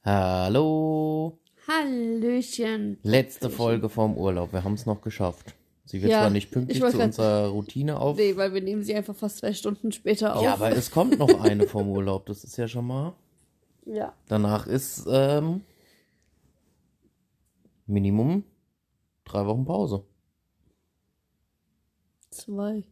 Hallo. Hallöchen. Letzte Folge vorm Urlaub. Wir haben es noch geschafft. Sie wird zwar nicht pünktlich zu unserer Routine auf. Nee, weil wir nehmen sie einfach fast 2 Stunden später auf. Ja, aber es kommt noch eine vorm Urlaub. Das ist ja schon mal. Ja. Danach ist Minimum 3 Wochen Pause. 2.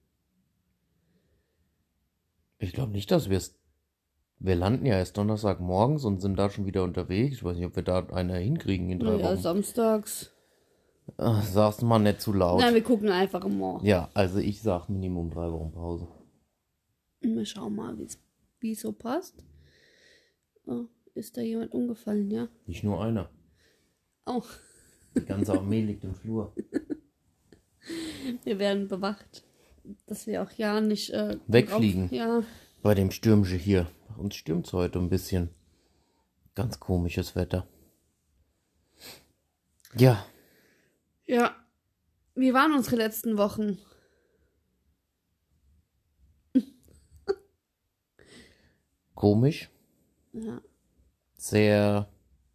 Ich glaube nicht, dass wir es. Wir landen ja erst Donnerstag morgens und sind da schon wieder unterwegs. Ich weiß nicht, ob wir da eine hinkriegen in 3 Wochen. Ja, samstags. Ach, sag's mal nicht zu laut. Nein, wir gucken einfach mal. Ja, also ich sag Minimum 3 Wochen Pause. Wir schauen mal, wie es so passt. Oh, ist da jemand umgefallen, ja? Nicht nur einer. Oh, Die ganze Armee liegt im Flur. wir werden bewacht, dass wir auch ja nicht Wegfliegen. Ja. Bei dem Stürmchen hier. Bei uns stürmt es heute ein bisschen. Ganz komisches Wetter. Ja. Ja. Wie waren unsere letzten Wochen? Komisch. Ja. Sehr.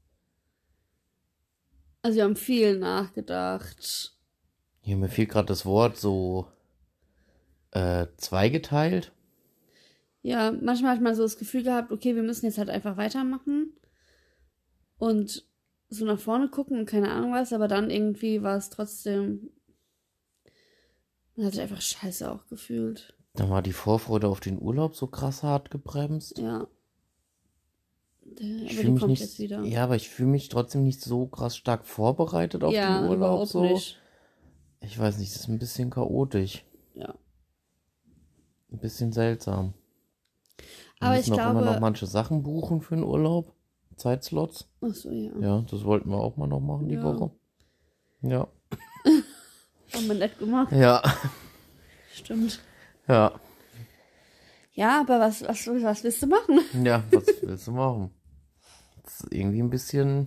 Also wir haben viel nachgedacht. Hier, mir fehlt gerade das Wort so zweigeteilt. Ja, manchmal hat man so das Gefühl gehabt, okay, wir müssen jetzt halt einfach weitermachen und so nach vorne gucken und keine Ahnung was, aber dann irgendwie war es trotzdem, man hat sich einfach scheiße auch gefühlt. Dann war die Vorfreude auf den Urlaub so krass hart gebremst. Ja. Ich Aber fühle die mich kommt nicht. jetzt wieder. Ja, aber ich fühle mich trotzdem nicht so krass stark vorbereitet auf den Urlaub. Überhaupt So. nicht. Ich weiß nicht, das ist ein bisschen chaotisch. Ja. Ein bisschen seltsam. Wir Aber müssen ich auch immer glaube, noch manche Sachen buchen für den Urlaub. Zeitslots. ach so, ja. Ja, das wollten wir auch mal noch machen die Ja. Woche. Ja. Haben wir nett gemacht. Ja. Stimmt. Ja. Ja, aber was willst du machen? Ja, was willst du machen? Das ist irgendwie ein bisschen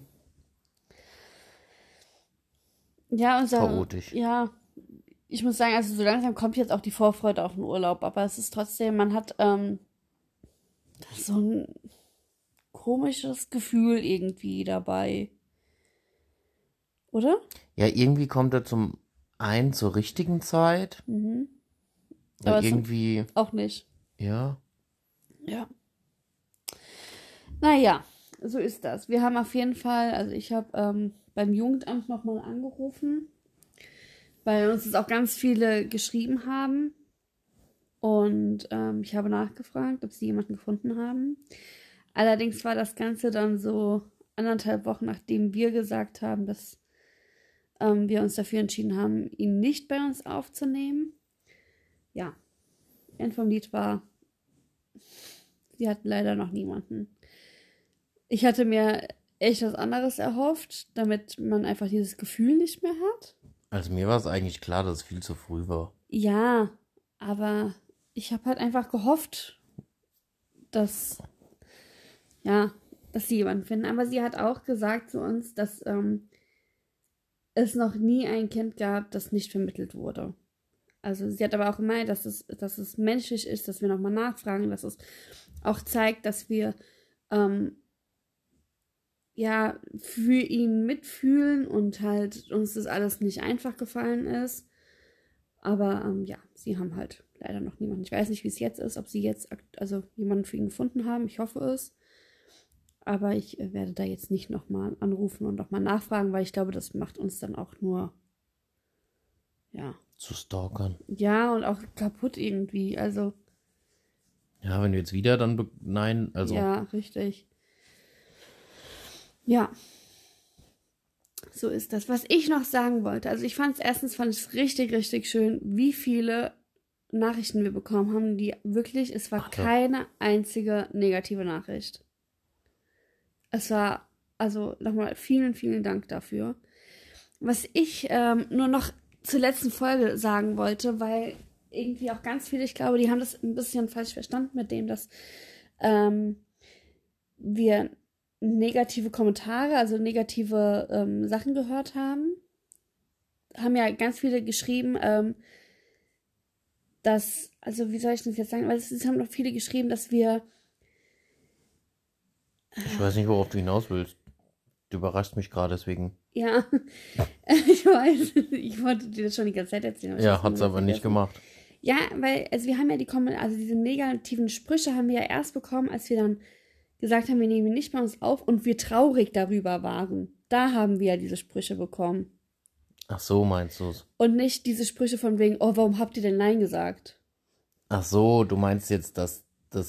Ja, chaotisch. Ja, ich muss sagen, also so langsam kommt jetzt auch die Vorfreude auf den Urlaub, aber es ist trotzdem, man hat so ein komisches Gefühl irgendwie dabei. Oder? Ja, irgendwie kommt er zum einen zur richtigen Zeit. Mhm. Aber Aber irgendwie, auch nicht. ja. Ja. Naja, so ist das. Wir haben auf jeden Fall, also ich habe beim Jugendamt nochmal angerufen, weil uns das auch ganz viele geschrieben haben. Und ich habe nachgefragt, ob sie jemanden gefunden haben. Allerdings war das Ganze dann so 1,5 Wochen, nachdem wir gesagt haben, dass wir uns dafür entschieden haben, ihn nicht bei uns aufzunehmen. Ja, End vom Lied war, sie hatten leider noch niemanden. Ich hatte mir echt was anderes erhofft, damit man einfach dieses Gefühl nicht mehr hat. Also mir war es eigentlich klar, dass es viel zu früh war. Ja, aber ich habe halt einfach gehofft, dass sie jemanden finden. Aber sie hat auch gesagt zu uns, dass es noch nie ein Kind gab, das nicht vermittelt wurde. Also sie hat aber auch gemeint, dass es menschlich ist, dass wir nochmal nachfragen, dass es auch zeigt, dass wir für ihn mitfühlen und halt uns das alles nicht einfach gefallen ist. Aber sie haben halt leider noch niemanden. Ich weiß nicht, wie es jetzt ist, ob sie jetzt jemanden für ihn gefunden haben. Ich hoffe es. Aber ich werde da jetzt nicht nochmal anrufen und nochmal nachfragen, weil ich glaube, das macht uns dann auch nur, zu stalkern. ja, und auch kaputt irgendwie. Also. Ja, wenn du jetzt wieder dann, nein, also. Ja, richtig. Ja. So ist das. Was ich noch sagen wollte, also fand es richtig, richtig schön, wie viele Nachrichten wir bekommen haben, die wirklich, es war keine einzige negative Nachricht. Es war, also nochmal vielen, vielen Dank dafür. Was ich nur noch zur letzten Folge sagen wollte, weil irgendwie auch ganz viele, ich glaube, die haben das ein bisschen falsch verstanden mit dem, dass wir negative Kommentare, also negative Sachen gehört haben. Haben ja ganz viele geschrieben, dass, also wie soll ich das jetzt sagen, weil es haben noch viele geschrieben, dass wir Ich weiß nicht, worauf du hinaus willst. Du überraschst mich gerade, deswegen. Ja, ich weiß, ich wollte dir das schon die ganze Zeit erzählen. Ja, hat's aber nicht gemacht. Ja, weil, also wir haben ja also diese negativen Sprüche haben wir ja erst bekommen, als wir dann gesagt haben, wir nehmen ihn nicht bei uns auf und wir traurig darüber waren. Da haben wir ja diese Sprüche bekommen. Ach so, meinst du's? Und nicht diese Sprüche von wegen, oh, warum habt ihr denn Nein gesagt? Ach so, du meinst jetzt, dass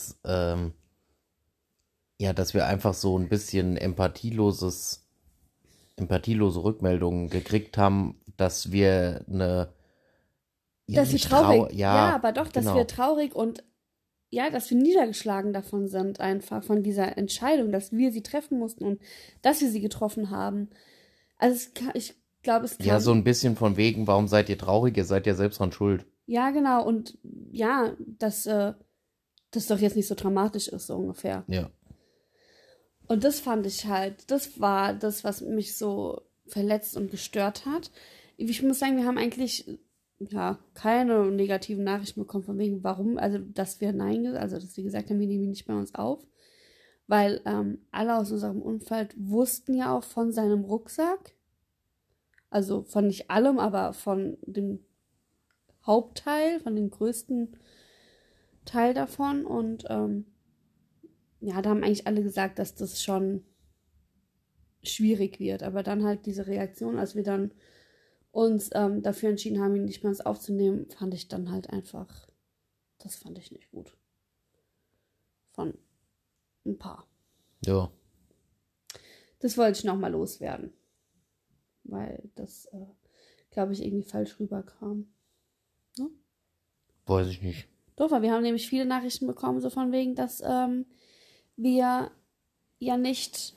dass wir einfach so ein bisschen empathielose Rückmeldungen gekriegt haben, dass wir Dass wir traurig, ja, aber doch, dass genau. wir traurig und ja, dass wir niedergeschlagen davon sind, einfach von dieser Entscheidung, dass wir sie treffen mussten und dass wir sie getroffen haben. Also ich glaube, es kann... Ja, so ein bisschen von wegen, warum seid ihr traurig? Ihr seid ja selbst dran schuld. Ja, genau. Und ja, dass das doch jetzt nicht so dramatisch ist, so ungefähr. Ja. Und das fand ich halt, das war das, was mich so verletzt und gestört hat. Ich muss sagen, wir haben eigentlich keine negativen Nachrichten bekommen, von wegen, warum, also dass wir dass wir gesagt haben, wir nehmen ihn nicht bei uns auf. Weil alle aus unserem Umfeld wussten ja auch von seinem Rucksack. Also von nicht allem, aber von dem Hauptteil, von dem größten Teil davon. Und da haben eigentlich alle gesagt, dass das schon schwierig wird. Aber dann halt diese Reaktion, als wir dann uns dafür entschieden haben, ihn nicht mehr aufzunehmen, fand ich dann halt einfach, das fand ich nicht gut. Von ein paar. Ja. Das wollte ich nochmal loswerden. Weil das, glaube ich, irgendwie falsch rüberkam. Ne? Weiß ich nicht. Doch, weil wir haben nämlich viele Nachrichten bekommen, so von wegen, dass wir ja nicht,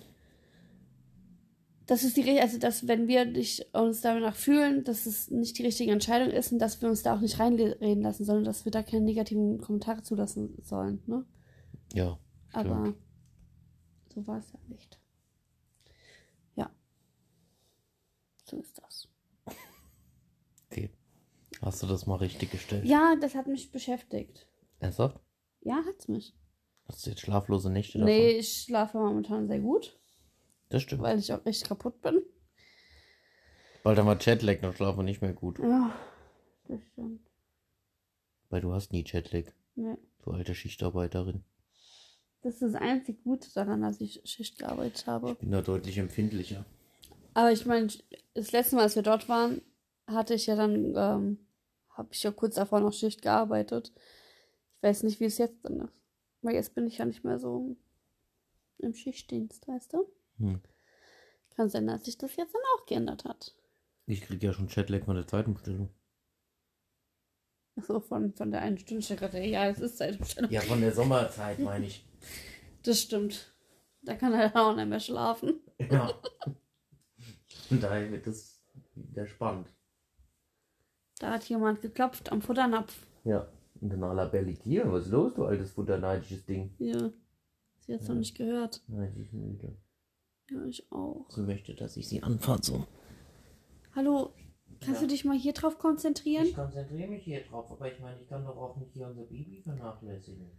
dass wenn wir uns danach fühlen, dass es nicht die richtige Entscheidung ist und dass wir uns da auch nicht reinreden lassen, sondern dass wir da keine negativen Kommentare zulassen sollen, ne? Ja. Aber stimmt. so war es ja nicht. Ja. So ist das. Okay. Hast du das mal richtig gestellt? Ja, das hat mich beschäftigt. Ernsthaft? Ja, hat's mich. Hast du jetzt schlaflose Nächte davon? Nee, ich schlafe momentan sehr gut, Das stimmt. weil ich auch echt kaputt bin. Bald haben wir Jetlag, dann schlafen wir nicht mehr gut. Ja, das stimmt. Weil du hast nie Jetlag. Nee. Du alte Schichtarbeiterin. Das ist das einzig Gute daran, dass ich Schicht gearbeitet habe. Ich bin da deutlich empfindlicher. Aber ich meine, das letzte Mal, als wir dort waren, hatte ich ja dann, habe ich ja kurz davor noch Schicht gearbeitet. Ich weiß nicht, wie es jetzt dann ist. Weil jetzt bin ich ja nicht mehr so im Schichtdienst, weißt du? Kann sein, dass sich das jetzt dann auch geändert hat. Ich krieg ja schon Jetlag von der zweiten Bestellung. Achso, von der einen Stunde. Ja, es ist Zeitumstellung. Ja, von der Sommerzeit meine ich. Das stimmt. Da kann er auch nicht mehr schlafen. Ja. Und daher wird das wieder spannend. Da hat jemand geklopft am Futternapf. Ja. Und dann aller Bellikier, was ist los, du altes futterneidisches Ding? Ja. Sie hat es noch nicht gehört. Nein, sie ist müde. Ja, ich auch. Sie möchte, dass ich sie anfasse. Hallo, kannst du dich mal hier drauf konzentrieren? Ich konzentriere mich hier drauf, aber ich meine, ich kann doch auch nicht hier unser Baby vernachlässigen.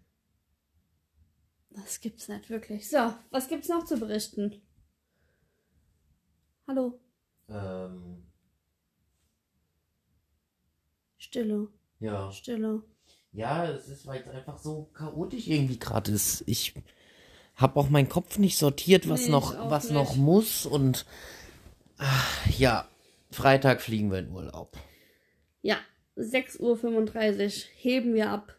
Das gibt's nicht wirklich. So, was gibt's noch zu berichten? Hallo? Stille. Ja. Stille. Ja, es ist, weil es einfach so chaotisch irgendwie gerade ist. Ich habe auch meinen Kopf nicht sortiert, was noch muss. Und ja, Freitag fliegen wir in Urlaub. Ja, 6:35 Uhr heben wir ab.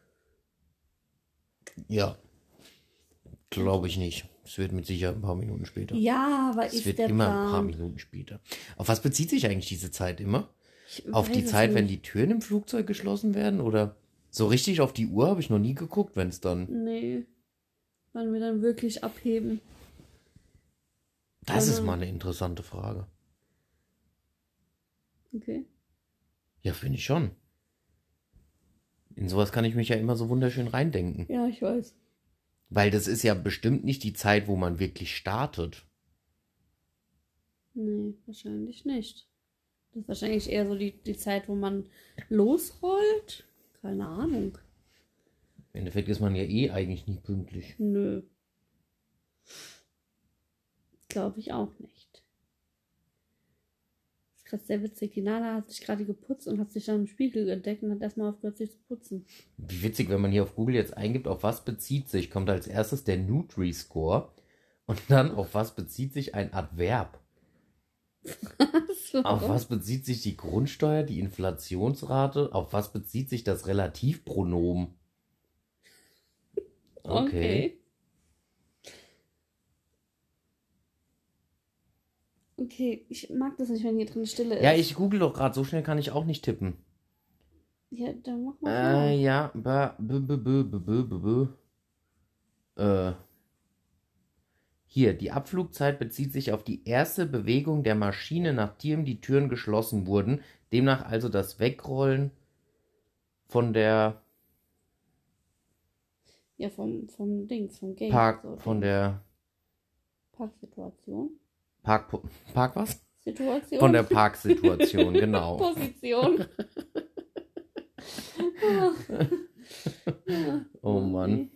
Ja, glaube ich nicht. Es wird mit Sicherheit ein paar Minuten später. Ja, aber es wird immer ein paar Minuten später. Auf was bezieht sich eigentlich diese Zeit immer? Auf die Zeit, wenn die Türen im Flugzeug geschlossen werden? Oder so richtig auf die Uhr habe ich noch nie geguckt, wenn es dann... Nee, wann wir dann wirklich abheben. Das ist mal eine interessante Frage. Okay. Ja, finde ich schon. In sowas kann ich mich ja immer so wunderschön reindenken. Ja, ich weiß. Weil das ist ja bestimmt nicht die Zeit, wo man wirklich startet. Nee, wahrscheinlich nicht. Das ist wahrscheinlich eher so die Zeit, wo man losrollt. Keine Ahnung. Im Endeffekt ist man ja eigentlich nie pünktlich. Nö. Glaube ich auch nicht. Das ist gerade sehr witzig. Die Nala hat sich gerade geputzt und hat sich dann im Spiegel entdeckt und hat erstmal aufgehört, sich zu putzen. Wie witzig, wenn man hier auf Google jetzt eingibt, auf was bezieht sich, kommt als erstes der Nutri-Score und dann auf was bezieht sich ein Adverb. So. Auf was bezieht sich die Grundsteuer, die Inflationsrate? Auf was bezieht sich das Relativpronomen? Okay. Okay, ich mag das nicht, wenn hier drin Stille ist. Ja, ich google doch gerade, so schnell kann ich auch nicht tippen. Ja, dann mach mal. Ja, hier, die Abflugzeit bezieht sich auf die erste Bewegung der Maschine, nachdem die Türen geschlossen wurden. Demnach also das Wegrollen von der Ja, vom Dings, vom Gate. von der Parksituation. Park was? Situation. Von der Parksituation, genau. Position. Oh Mann.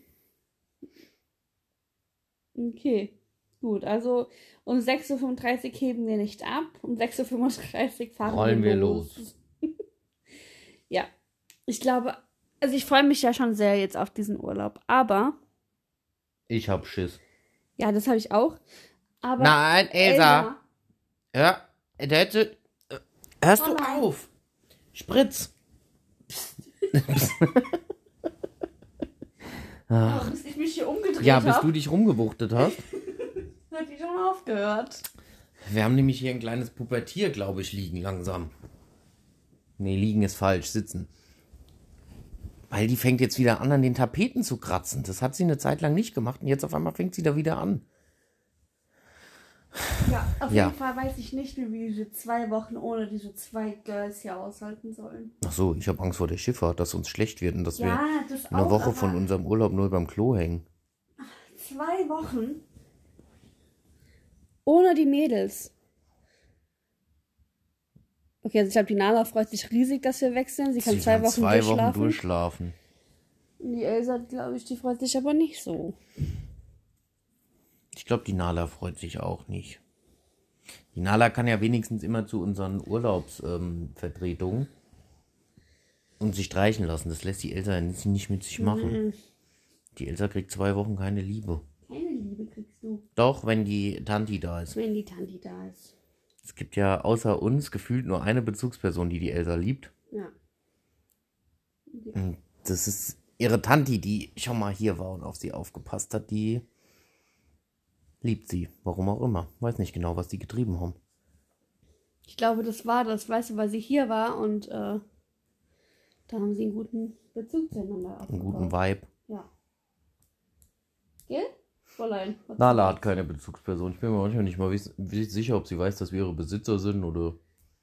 Okay, gut. Also um 6:35 Uhr heben wir nicht ab. Um 6:35 Uhr fahren Rollen wir los. Ja, ich glaube, also ich freue mich ja schon sehr jetzt auf diesen Urlaub. Aber. Ich hab Schiss. Ja, das habe ich auch. Aber Nein, Elsa. Ja, der hätte. Hörst du auf? Spritz. Ach, bis ich mich hier umgedreht habe. Ja, bis du dich rumgewuchtet hast. Hat die schon aufgehört. Wir haben nämlich hier ein kleines Pubertier, glaube ich, liegen langsam. Nee, liegen ist falsch, sitzen. Weil die fängt jetzt wieder an den Tapeten zu kratzen. Das hat sie eine Zeit lang nicht gemacht und jetzt auf einmal fängt sie da wieder an. Ja, auf jeden Fall weiß ich nicht, wie wir diese 2 Wochen ohne diese 2 Girls hier aushalten sollen. Ach so, ich habe Angst vor der Schifffahrt, dass uns schlecht wird und dass wir das eine auch, Woche von unserem Urlaub nur beim Klo hängen. 2 Wochen ohne die Mädels. Okay, also ich glaube, die Nala freut sich riesig, dass wir weg sind. Sie kann 2 Wochen durchschlafen. Die Elsa, glaube ich, die freut sich aber nicht so. Ich glaube, die Nala freut sich auch nicht. Die Nala kann ja wenigstens immer zu unseren Urlaubsvertretungen und sich streichen lassen. Das lässt die Elsa nicht mit sich machen. Die Elsa kriegt 2 Wochen keine Liebe. Keine Liebe kriegst du. Doch, wenn die Tanti da ist. Wenn die Tanti da ist. Es gibt ja außer uns gefühlt nur eine Bezugsperson, die Elsa liebt. Ja. Und das ist ihre Tanti, die schon mal hier war und auf sie aufgepasst hat, die liebt sie. Warum auch immer. Weiß nicht genau, was die getrieben haben. Ich glaube, das war das, weißt du, weil sie hier war und da haben sie einen guten Bezug zueinander aufgebaut. Einen guten Vibe. Ja. Gell? Fräulein. Nala hat keine Bezugsperson. Ich bin mir manchmal nicht mal sicher, ob sie weiß, dass wir ihre Besitzer sind oder...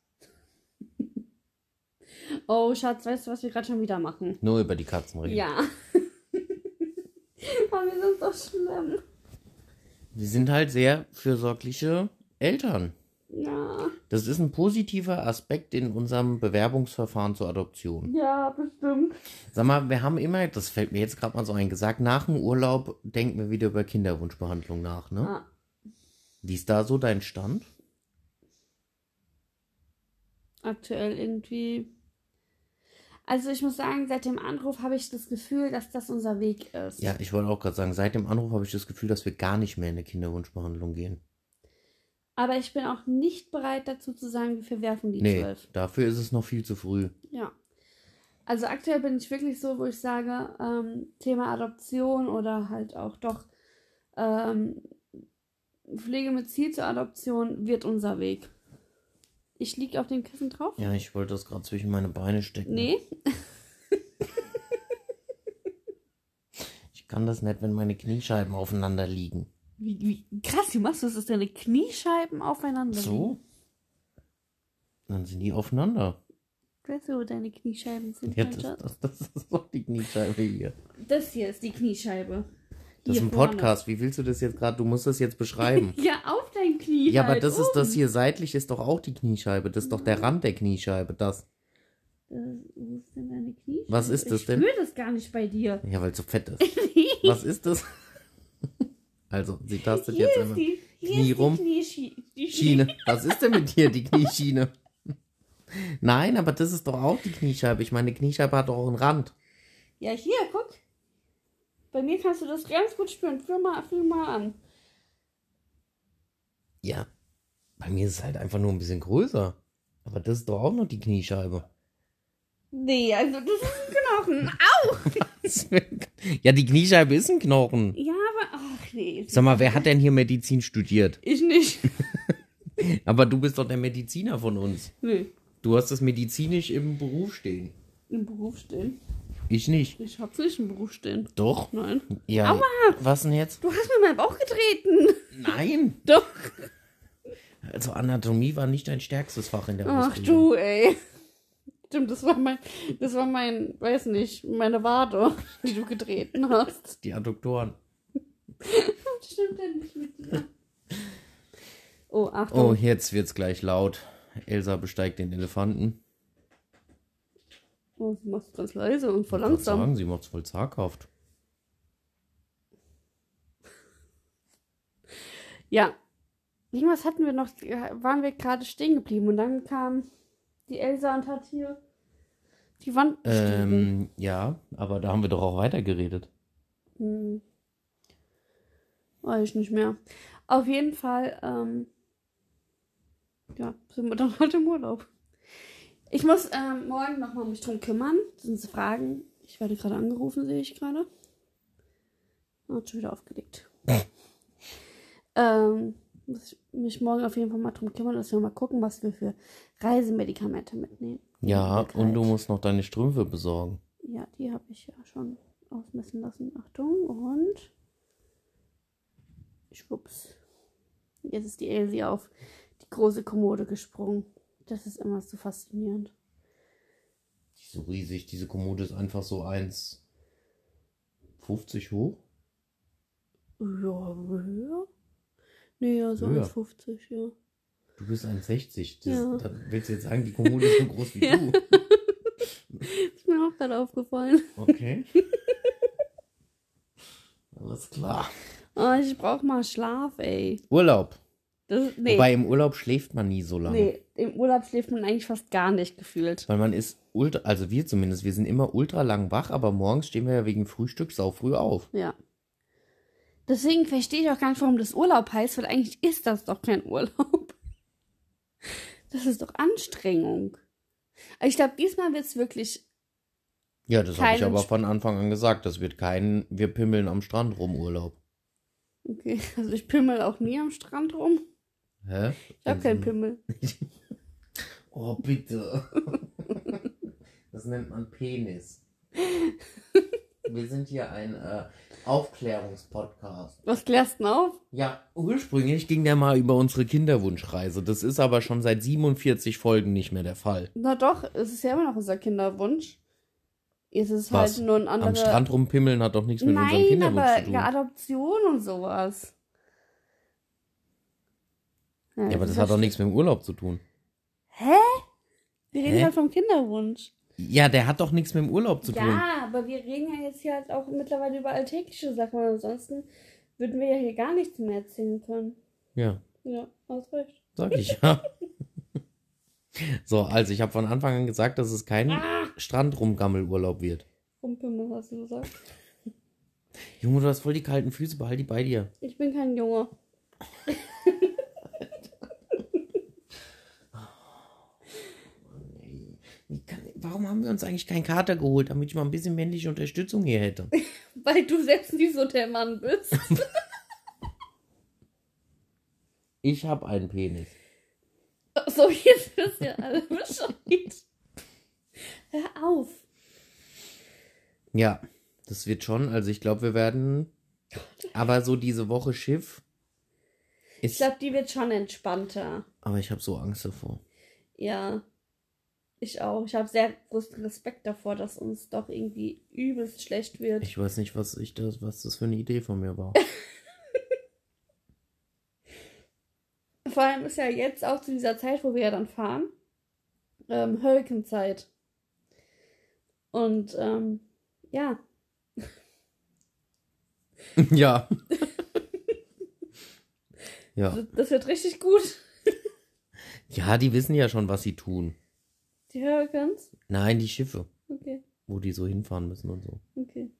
Oh, Schatz, weißt du, was wir gerade schon wieder machen? Nur über die Katzen reden. Ja. Aber wir sind so schlimm. Wir sind halt sehr fürsorgliche Eltern. Ja. Das ist ein positiver Aspekt in unserem Bewerbungsverfahren zur Adoption. Ja, bestimmt. Sag mal, wir haben immer, das fällt mir jetzt gerade mal so ein, gesagt, nach dem Urlaub denken wir wieder über Kinderwunschbehandlung nach, ne? Ah. Wie ist da so dein Stand? Aktuell irgendwie. Also ich muss sagen, seit dem Anruf habe ich das Gefühl, dass das unser Weg ist. Ja, ich wollte auch gerade sagen, seit dem Anruf habe ich das Gefühl, dass wir gar nicht mehr in eine Kinderwunschbehandlung gehen. Aber ich bin auch nicht bereit dazu zu sagen, wir verwerfen die 12. Nee, dafür ist es noch viel zu früh. Ja. Also aktuell bin ich wirklich so, wo ich sage, Thema Adoption oder halt auch doch Pflege mit Ziel zur Adoption wird unser Weg. Ich liege auf dem Kissen drauf. Ja, ich wollte das gerade zwischen meine Beine stecken. Nee. Ich kann das nicht, wenn meine Kniescheiben aufeinander liegen. Wie krass, wie machst du das, dass deine Kniescheiben aufeinander liegen? So? Dann sind die aufeinander. Weißt du, wo deine Kniescheiben sind? Ja, das ist doch die Kniescheibe hier. Das hier ist die Kniescheibe. Das ist ein Podcast. Wie willst du das jetzt gerade? Du musst das jetzt beschreiben. Ja, auf dein Knie. Ja, aber halt das oben. ist das hier seitlich, ist doch auch die Kniescheibe. Das ist doch der Rand der Kniescheibe, das. Wo ist denn deine Kniescheibe? Was ist das denn? Ich spüre das gar nicht bei dir. Ja, weil es so fett ist. Was ist das? Also, sie tastet Hier jetzt ist einmal. Knie rum. Die Schiene. Was ist denn mit dir, die Knieschiene? Nein, aber das ist doch auch die Kniescheibe. Ich meine, die Kniescheibe hat doch auch einen Rand. Ja, hier, guck. Bei mir kannst du das ganz gut spüren. Fühl mal an. Ja, bei mir ist es halt einfach nur ein bisschen größer. Aber das ist doch auch noch die Kniescheibe. Nee, also das ist ein Knochen. Au! Ja, die Kniescheibe ist ein Knochen. Ja, aber, ach nee. Sag mal, wer hat denn hier Medizin studiert? Ich nicht. Aber du bist doch der Mediziner von uns. Nee. Du hast das medizinisch im Beruf stehen. Im Beruf stehen? Ich nicht. Ich hab's nicht im Beruf stehen. Doch? Nein. Ja. Aua! Was denn jetzt? Du hast mir meinen Bauch getreten. Nein. Doch. Also Anatomie war nicht dein stärkstes Fach in der Ach Ausbildung. du, ey. Stimmt, das war mein, weiß nicht, meine Wade, die du getreten hast. Die Adduktoren. Das stimmt ja nicht mit dir. Oh, Achtung. Oh, jetzt wird's gleich laut. Elsa besteigt den Elefanten. Oh, sie macht's ganz leise und voll Ich wollte langsam. sagen, sie macht's voll zaghaft. Ja. Irgendwas hatten wir noch, waren wir gerade stehen geblieben und dann kam die Elsa und hat hier die Wand bestiegen. Ja, aber da haben wir doch auch weitergeredet. Weiß ich nicht mehr. Auf jeden Fall, ja, sind wir dann heute im Urlaub. Ich muss morgen nochmal mich drum kümmern. Sind Sie Fragen? Ich werde gerade angerufen, sehe ich gerade. Hat schon wieder aufgelegt. Muss ich mich morgen auf jeden Fall mal drum kümmern, dass wir mal gucken, was wir für Reisemedikamente mitnehmen. Ja, und du musst noch deine Strümpfe besorgen. Ja, die habe ich ja schon ausmessen lassen. Achtung, und schwupps. Jetzt ist die Elsie auf die große Kommode gesprungen. Das ist immer so faszinierend. Die ist so riesig. Diese Kommode ist einfach so 1,50 hoch. Ja, höher? Nee, ja, so Höher. 1,50, ja. Du bist 1,60. Ja. Da willst du jetzt sagen, die Kommode ist so groß wie Ja. du? Ist mir auch gerade aufgefallen. Okay. Alles klar. Oh, ich brauch mal Schlaf, ey. Urlaub. Nee. Wobei im Urlaub schläft man nie so lange. Nee, im Urlaub schläft man eigentlich fast gar nicht gefühlt. Weil man ist also wir zumindest, wir sind immer ultra lang wach, aber morgens stehen wir ja wegen Frühstück saufrüh auf. Ja. Deswegen verstehe ich auch gar nicht, warum das Urlaub heißt, weil eigentlich ist das doch kein Urlaub. Das ist doch Anstrengung. Aber ich glaube, diesmal wird es wirklich. Ja, das habe ich Keinen aber von Anfang an gesagt. Das wird kein, wir pimmeln am Strand rum Urlaub. Okay, also ich pimmel auch nie am Strand rum. Hä? Ich habe keinen Pimmel. Oh, bitte. Das nennt man Penis. Wir sind hier ein Aufklärungspodcast. Was klärst du denn auf? Ja, ursprünglich ging der mal über unsere Kinderwunschreise. Das ist aber schon seit 47 Folgen nicht mehr der Fall. Na doch, es ist ja immer noch unser Kinderwunsch. Es ist Was? halt nur ein anderer. Am Strand rumpimmeln hat doch nichts mit unserem Nein, Kinderwunsch aber zu tun. ja, Adoption und sowas. Ja, aber das hat doch nichts mit dem Urlaub zu tun. Hä? Wir reden halt vom Kinderwunsch. Ja, der hat doch nichts mit dem Urlaub zu tun. Ja, aber wir reden ja jetzt hier halt auch mittlerweile über alltägliche Sachen, weil ansonsten würden wir ja hier gar nichts mehr erzählen können. Ja, Ja, hast recht. sag ich ja. So, also ich habe von Anfang an gesagt, dass es kein Strandrumgammelurlaub wird. Rumpimmel, hast du gesagt. Junge, du hast voll die kalten Füße, behalt die bei dir. Ich bin kein Junge. Warum haben wir uns eigentlich keinen Kater geholt, damit ich mal ein bisschen männliche Unterstützung hier hätte? Weil du selbst nicht so der Mann bist. Ich habe einen Penis. So, jetzt wisst ihr alle Bescheid. Hör auf. Ja, das wird schon. Also ich glaube, wir werden. Aber so diese Woche Schiff Ich ist. glaube, die wird schon entspannter. Aber ich habe so Angst davor. Ja. Ich auch. Ich habe sehr großen Respekt davor, dass uns doch irgendwie übelst schlecht wird. Ich weiß nicht, was das für eine Idee von mir war. Vor allem ist ja jetzt auch zu dieser Zeit, wo wir ja dann fahren, Hurricane-Zeit. Und ja. Ja. Das wird richtig gut. Ja, die wissen ja schon, was sie tun. Die Hurricanes? Nein, die Schiffe. Okay. Wo die so hinfahren müssen und so. Okay.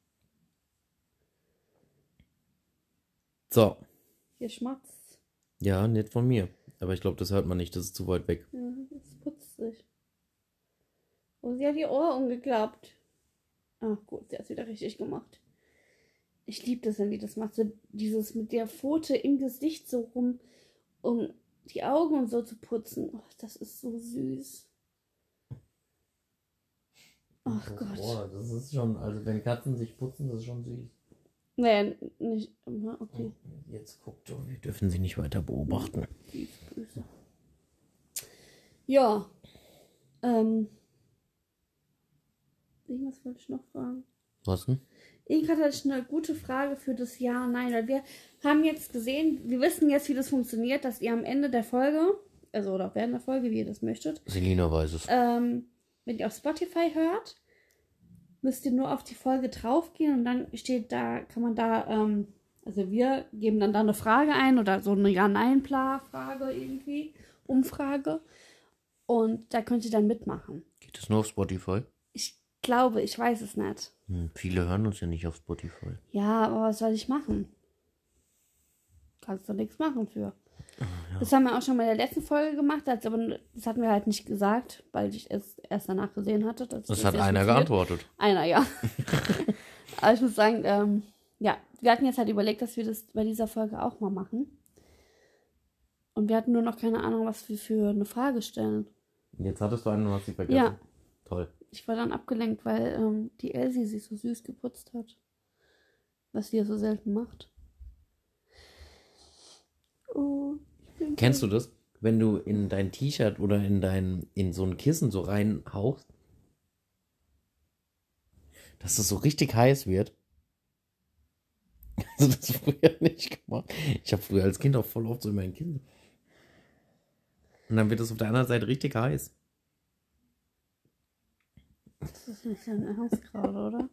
So. Hier schmatzt. Ja, nicht von mir. Aber ich glaube, das hört man nicht. Das ist zu weit weg. Ja, das putzt sich. Oh, sie hat ihr Ohr umgeklappt. Ach gut, sie hat es wieder richtig gemacht. Ich liebe das, wenn die das macht. So dieses mit der Pfote im Gesicht so rum, um die Augen und so zu putzen. Oh, das ist so süß. Ach Gott. Boah, das ist schon, also wenn Katzen sich putzen, das ist schon süß. Nee, nicht. Okay. Jetzt guckt doch, wir dürfen sie nicht weiter beobachten. Die ist böse. Ja. Irgendwas wollte ich noch fragen. Was denn? Irgendwann hatte ich eine gute Frage für das Ja, Nein, weil wir haben jetzt gesehen, wir wissen jetzt, wie das funktioniert, dass ihr am Ende der Folge, also oder auch während der Folge, wie ihr das möchtet, Selina weiß es. wenn ihr auf Spotify hört, müsst ihr nur auf die Folge draufgehen und dann steht da, kann man da, also wir geben dann da eine Frage ein oder so eine Ja-Nein-Frage irgendwie, Umfrage und da könnt ihr dann mitmachen. Geht das nur auf Spotify? Ich glaube, ich weiß es nicht. Viele hören uns ja nicht auf Spotify. Ja, aber was soll ich machen? Kannst du nichts machen für. Ja. Das haben wir auch schon mal in der letzten Folge gemacht, aber das hatten wir halt nicht gesagt, weil ich es erst danach gesehen hatte. Das hat einer geantwortet. Einer, ja. Aber ich muss sagen, ja, wir hatten jetzt halt überlegt, dass wir das bei dieser Folge auch mal machen. Und wir hatten nur noch keine Ahnung, was wir für eine Frage stellen. Jetzt hattest du einen und hast sie vergessen. Ja. Toll. Ich war dann abgelenkt, weil die Elsie sich so süß geputzt hat. Was sie ja so selten macht. Oh, Kennst du das? Wenn du in dein T-Shirt oder in so ein Kissen so reinhauchst, dass es so richtig heiß wird? Also das früher nicht gemacht. Ich habe früher als Kind auch voll oft so in mein Kissen. Und dann wird es auf der anderen Seite richtig heiß. das ist nicht dein Ernst gerade, oder?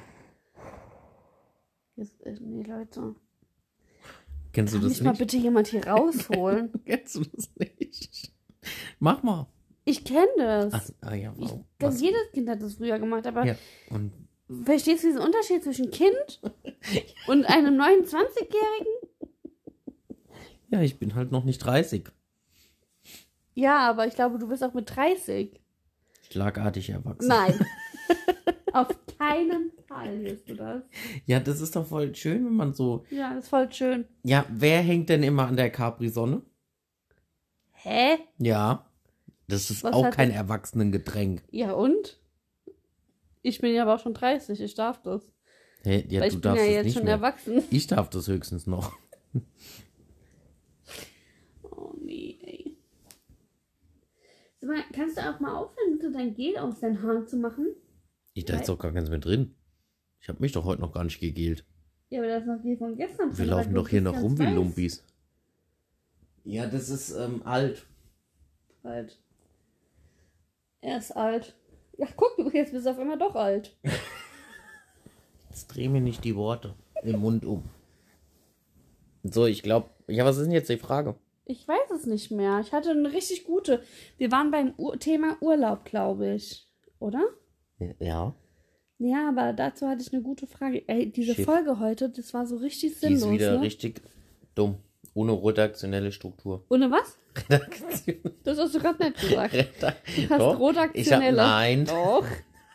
Nee, Leute. Kennst du Kann das mich mal nicht? bitte jemand hier rausholen? Kennst du das nicht? Mach mal. Ich kenne das. Ja, warum? Jedes Kind hat das früher gemacht, aber Ja, und verstehst du diesen Unterschied zwischen Kind und einem 29-Jährigen? ja, ich bin halt noch nicht 30. Ja, aber ich glaube, du bist auch mit 30. Schlagartig erwachsen. Nein. Auf keinen Fall wirst du das. Ja, das ist doch voll schön, wenn man so... Ja, das ist voll schön. Ja, wer hängt denn immer an der Capri-Sonne? Hä? Ja, das ist Was auch hat kein das- Erwachsenengetränk. Ja, und? Ich bin ja aber auch schon 30, ich darf das. Hey, ja, Weil du ich bin darfst ja es jetzt nicht schon mehr. erwachsen. Ich darf das höchstens noch. Oh nee, ey. Sag mal, kannst du auch mal aufhören, so dein Gel aus deinen Haaren zu machen? Da ist doch gar keins mehr drin. Ich habe mich doch heute noch gar nicht gegelt. Ja, aber das ist noch Gel von gestern. Wir drin, laufen aber du doch hier bist noch ganz rum wie weiß. Lumpis. Ja, das ist alt. Alt. Er ist alt. Ja, guck, jetzt bist du auf einmal doch alt. Jetzt dreh mir nicht die Worte im Mund um. So, ich glaube... Ja, was ist denn jetzt die Frage? Ich weiß es nicht mehr. Ich hatte eine richtig gute. Wir waren beim Thema Urlaub, glaube ich. Oder? Ja. Ja, aber dazu hatte ich eine gute Frage. Ey, diese Schiff. Folge heute, das war so richtig Die sinnlos. ist wieder Ne? richtig dumm. Ohne redaktionelle Struktur. Ohne was? Redaktion. Das hast du gerade nicht gesagt. Du hast Doch, redaktionelle. Nein. Doch.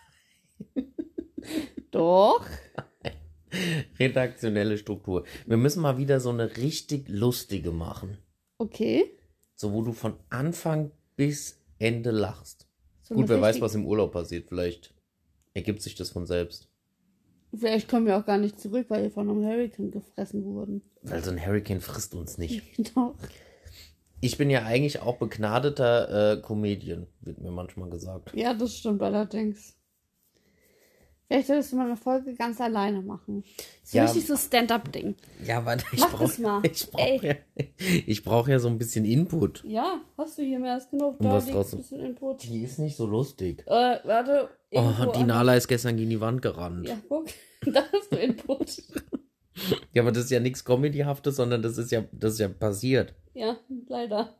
Doch. Redaktionelle Struktur. Wir müssen mal wieder so eine richtig lustige machen. Okay. So, wo du von Anfang bis Ende lachst. So Gut, eine wer weiß, richtig- was im Urlaub passiert. Vielleicht ergibt sich das von selbst. Vielleicht kommen wir auch gar nicht zurück, weil wir von einem Hurricane gefressen wurden. Weil so ein Hurricane frisst uns nicht. Doch. Ich bin ja eigentlich auch begnadeter Comedian, wird mir manchmal gesagt. Ja, das stimmt allerdings. Vielleicht solltest du mal eine Folge ganz alleine machen. So Ja. richtig so Stand-up-Ding. Ja, warte, Mach das mal. Ich brauch ja so ein bisschen Input. Ja, hast du hier mehr als genug? Und Da was liegt draus- ein bisschen Input. Die ist nicht so lustig. Warte. Oh, irgendwo die an- Nala ist gestern gegen die Wand gerannt. Ja, guck. Da hast du Input. Ja, Ja, aber das ist ja nichts Comedyhaftes, sondern das ist ja passiert. Ja, leider.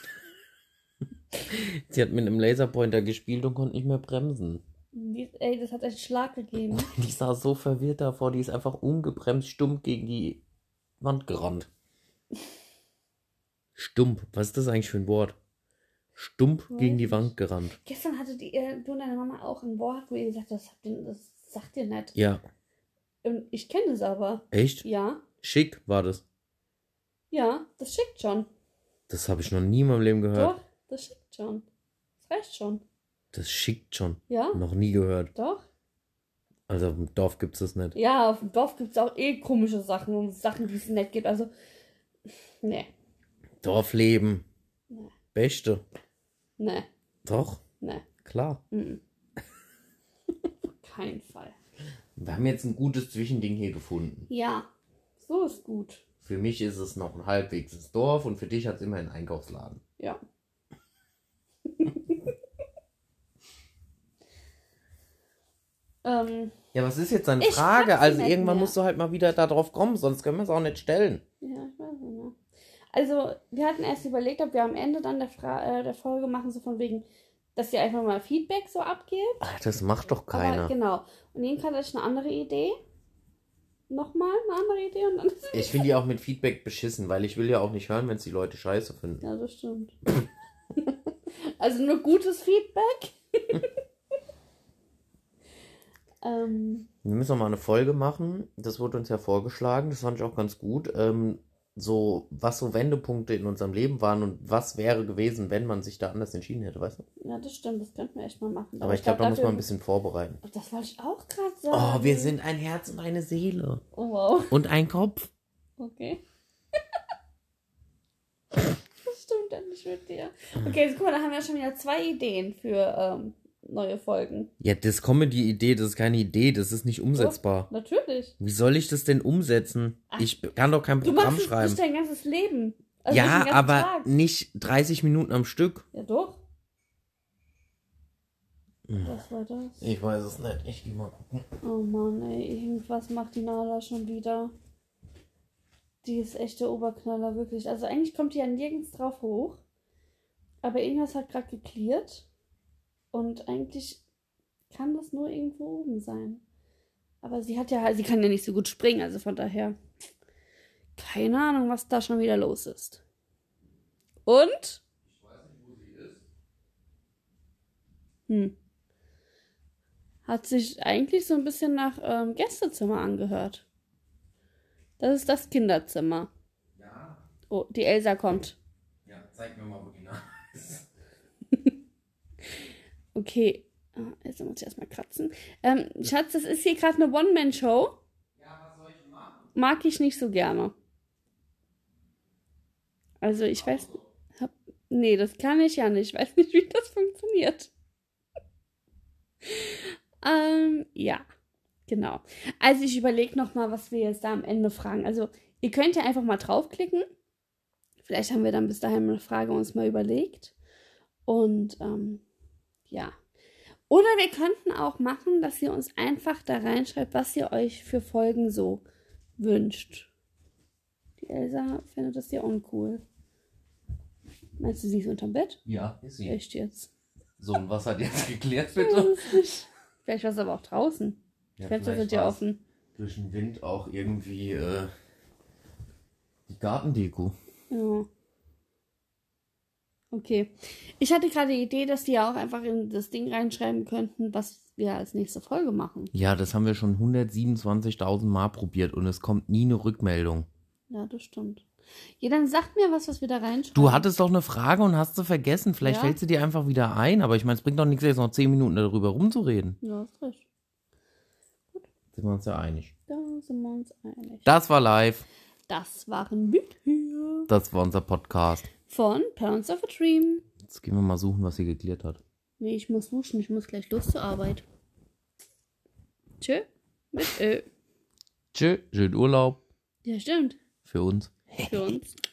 Sie hat mit einem Laserpointer gespielt und konnte nicht mehr bremsen. Ey, das hat einen Schlag gegeben. Die sah so verwirrt davor, die ist einfach ungebremst stumpf gegen die Wand gerannt. Stumpf, was ist das eigentlich für ein Wort? Stumpf gegen die Wand gerannt. Gestern hatte du und deine Mama auch ein Wort, wo ihr gesagt habt, das sagt ihr nicht. Ja. Und ich kenne es aber. Echt? Ja. Schick war das. Ja, das schickt schon. Das habe ich noch nie in meinem Leben gehört. Doch, das schickt schon. Das reicht schon. Das schickt schon. Ja? Noch nie gehört. Doch. Also im Dorf gibt es das nicht. Ja, auf dem Dorf gibt es auch komische Sachen und Sachen, die es nicht gibt. Also, ne. Dorfleben. Nee. Beste. Ne. Doch. Ne. Klar. Auf keinen Fall. Wir haben jetzt ein gutes Zwischending hier gefunden. Ja, so ist gut. Für mich ist es noch ein halbwegs Dorf und für dich hat es immer einen Einkaufsladen. Ja. Ja, was ist jetzt deine Frage? Also irgendwann musst du halt mal wieder darauf kommen, sonst können wir es auch nicht stellen. Ja, ich weiß nicht mehr. Also, wir hatten erst überlegt, ob wir am Ende dann der Folge machen, so von wegen, dass ihr einfach mal Feedback so abgebt. Ach, das macht doch keiner. Aber, genau. Und jedenfalls hatte ich eine andere Idee. Nochmal eine andere Idee und dann ist Ich finde die auch mit Feedback beschissen, weil ich will ja auch nicht hören, wenn es die Leute scheiße finden. Ja, das stimmt. Also nur gutes Feedback. Wir müssen noch mal eine Folge machen. Das wurde uns ja vorgeschlagen. Das fand ich auch ganz gut. Was so Wendepunkte in unserem Leben waren und was wäre gewesen, wenn man sich da anders entschieden hätte, weißt du? Ja, das stimmt. Das könnten wir echt mal machen. Aber ich glaube, da muss man ein bisschen vorbereiten. Das wollte ich auch gerade sagen. Oh, wir sind ein Herz und eine Seele. Oh, wow. Und ein Kopf. Okay. Das stimmt ja nicht mit dir. Okay, also, guck mal, da haben wir schon wieder 2 Ideen für neue Folgen. Ja, das Comedy-Idee, das ist keine Idee, das ist nicht umsetzbar. Oh, natürlich. Wie soll ich das denn umsetzen? Ich kann doch kein Programm schreiben. Du machst dein ganzes Leben. Also ja, nicht den ganzen aber Tag. nicht 30 Minuten am Stück. Ja, doch. Was war das? Ich weiß es nicht. Ich geh mal gucken. Oh Mann, ey. Irgendwas macht die Nala schon wieder. Die ist echt der Oberknaller, wirklich. Also eigentlich kommt die ja nirgends drauf hoch. Aber irgendwas hat gerade geklärt. Und eigentlich kann das nur irgendwo oben sein. Aber sie kann ja nicht so gut springen, also von daher keine Ahnung, was da schon wieder los ist. Und? Ich weiß nicht, wo sie ist. Hat sich eigentlich so ein bisschen nach Gästezimmer angehört. Das ist das Kinderzimmer. Ja. Oh, die Elsa kommt. Ja, zeig mir mal, wo die Nala ist. Okay, jetzt muss ich erstmal kratzen. Schatz, das ist hier gerade eine One-Man-Show. Ja, was soll ich machen? Mag ich nicht so gerne. Also ich weiß... Nee, das kann ich ja nicht. Ich weiß nicht, wie das funktioniert. Ja, genau. Also ich überlege nochmal, was wir jetzt da am Ende fragen. Also ihr könnt ja einfach mal draufklicken. Vielleicht haben wir dann bis dahin eine Frage uns mal überlegt. Und ja. Oder wir könnten auch machen, dass ihr uns einfach da reinschreibt, was ihr euch für Folgen so wünscht. Die Elsa findet das ja uncool. Meinst du, sie ist unterm Bett? Ja, ist sie. Echt jetzt? So, und was hat jetzt geklärt, bitte? Vielleicht war es aber auch draußen. Ja, Fenster sind ja offen. Durch den Wind auch irgendwie die Gartendeko. Ja. Okay. Ich hatte gerade die Idee, dass die ja auch einfach in das Ding reinschreiben könnten, was wir als nächste Folge machen. Ja, das haben wir schon 127.000 Mal probiert und es kommt nie eine Rückmeldung. Ja, das stimmt. Ja, dann sagt mir was wir da reinschreiben. Du hattest doch eine Frage und hast sie vergessen. Vielleicht fällt sie dir einfach wieder ein. Aber ich meine, es bringt doch nichts, jetzt noch 10 Minuten darüber rumzureden. Ja, hast recht. Gut. Sind wir uns ja einig. Da sind wir uns einig. Das war live. Das waren wir hier. Das war unser Podcast. Von Parents of a Dream. Jetzt gehen wir mal suchen, was sie geklärt hat. Nee, ich muss duschen. Ich muss gleich los zur Arbeit. Tschö. Mit Ö. Tschö, schönen Urlaub. Ja, stimmt. Für uns. Für uns.